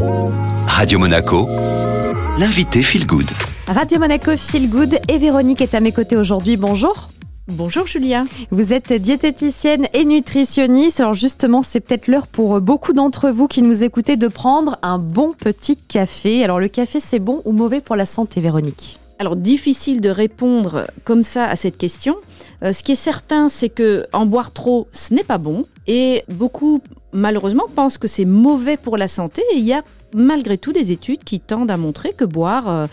Radio Monaco, l'invité Feel Good. Radio Monaco Feel Good et Véronique est à mes côtés aujourd'hui. Bonjour. Bonjour Julia. Vous êtes diététicienne et nutritionniste. Alors justement, c'est peut-être l'heure pour beaucoup d'entre vous qui nous écoutez de prendre un bon petit café. Alors le café, c'est bon ou mauvais pour la santé, Véronique ? Alors difficile de répondre comme ça à cette question. Ce qui est certain, c'est que en boire trop, ce n'est pas bon. Et beaucoup, malheureusement, pensent que c'est mauvais pour la santé. Et il y a malgré tout des études qui tendent à montrer que boire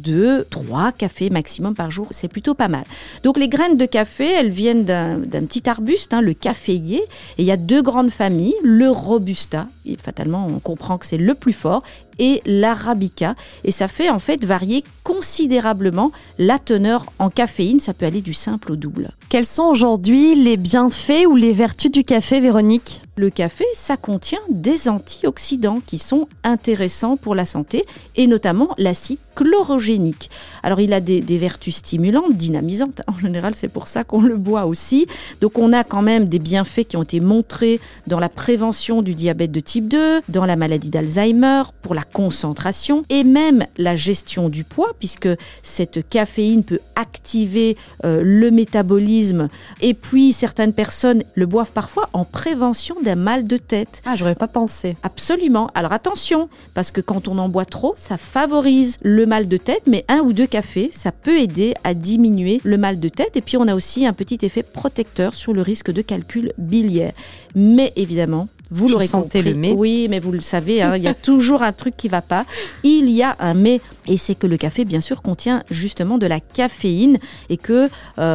2-3 cafés maximum par jour, c'est plutôt pas mal. Donc les graines de café, elles viennent d'un petit arbuste, le caféier. Et il y a 2 grandes familles, le Robusta, et fatalement on comprend que c'est le plus fort, et l'Arabica. Et ça fait en fait varier considérablement la teneur en caféine. Ça peut aller du simple au double. Quels sont aujourd'hui les bienfaits ou les vertus du café, Véronique ? Le café, ça contient des antioxydants qui sont intéressants pour la santé et notamment l'acide chlorogénique. Alors il a des vertus stimulantes, dynamisantes. En général, c'est pour ça qu'on le boit aussi. Donc on a quand même des bienfaits qui ont été montrés dans la prévention du diabète de type 2, dans la maladie d'Alzheimer, pour la concentration et même la gestion du poids, puisque cette caféine peut activer le métabolisme. Et puis certaines personnes le boivent parfois en prévention d'un mal de tête. Ah, j'aurais pas pensé. Absolument. Alors attention, parce que quand on en boit trop, ça favorise le mal de tête, mais 1 ou 2 cafés, ça peut aider à diminuer le mal de tête. Et puis on a aussi un petit effet protecteur sur le risque de calcul biliaire. Mais évidemment, vous l'aurez compris. Le mais. Oui, mais vous le savez, il y a toujours un truc qui ne va pas. Il y a un mais, et c'est que le café, bien sûr, contient justement de la caféine et que,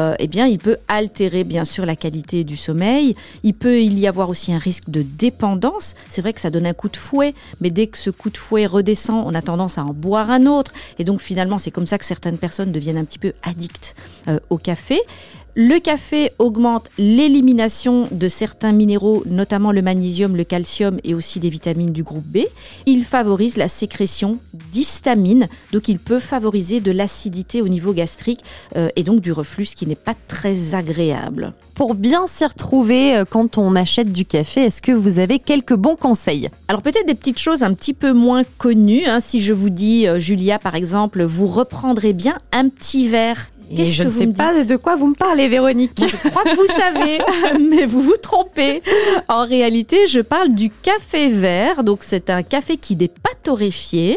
il peut altérer, bien sûr, la qualité du sommeil. Il peut y avoir aussi un risque de dépendance. C'est vrai que ça donne un coup de fouet, mais dès que ce coup de fouet redescend, on a tendance à en boire un autre. Et donc, finalement, c'est comme ça que certaines personnes deviennent un petit peu addictes au café. Le café augmente l'élimination de certains minéraux, notamment le magnésium, le calcium et aussi des vitamines du groupe B. Il favorise la sécrétion d'histamine, donc il peut favoriser de l'acidité au niveau gastrique et donc du reflux, ce qui n'est pas très agréable. Pour bien s'y retrouver quand on achète du café, est-ce que vous avez quelques bons conseils ? Alors peut-être des petites choses un petit peu moins connues. Si je vous dis, Julia par exemple, vous reprendrez bien un petit verre. Et je ne sais pas de quoi vous me parlez, Véronique. Je crois que vous savez, mais vous vous trompez. En réalité, je parle du café vert. Donc, c'est un café qui n'est pas torréfié.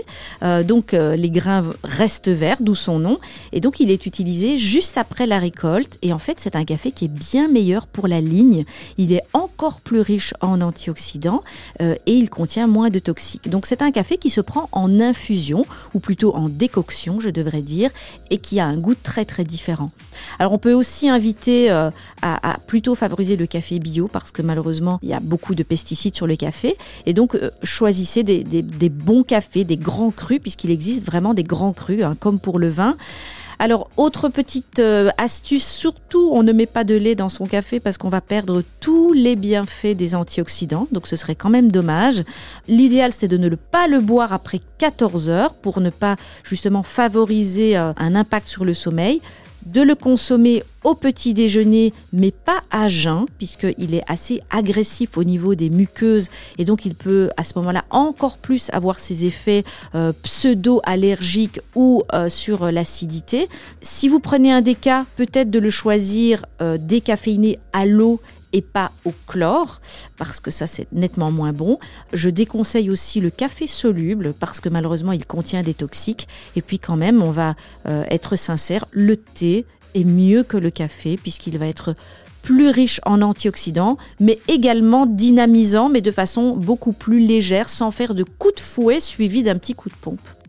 Les grains restent verts, d'où son nom. Et donc, il est utilisé juste après la récolte. Et en fait, c'est un café qui est bien meilleur pour la ligne. Il est encore plus riche en antioxydants et il contient moins de toxiques. Donc, c'est un café qui se prend en infusion, ou plutôt en décoction, je devrais dire, et qui a un goût très, très différent. Alors on peut aussi inviter à plutôt favoriser le café bio parce que malheureusement il y a beaucoup de pesticides sur le café et donc choisissez des bons cafés, des grands crus puisqu'il existe vraiment des grands crus comme pour le vin. Alors, autre petite astuce, surtout, on ne met pas de lait dans son café parce qu'on va perdre tous les bienfaits des antioxydants, donc ce serait quand même dommage. L'idéal, c'est de ne pas le boire après 14 heures pour ne pas justement favoriser un impact sur le sommeil. De le consommer au petit déjeuner, mais pas à jeun, puisqu'il est assez agressif au niveau des muqueuses et donc il peut à ce moment-là encore plus avoir ses effets pseudo-allergiques ou sur l'acidité. Si vous prenez un déca, peut-être de le choisir décaféiné à l'eau et pas au chlore, parce que ça c'est nettement moins bon. Je déconseille aussi le café soluble, parce que malheureusement il contient des toxiques. Et puis quand même, on va être sincère, le thé est mieux que le café, puisqu'il va être plus riche en antioxydants, mais également dynamisant, mais de façon beaucoup plus légère, sans faire de coup de fouet suivi d'un petit coup de pompe.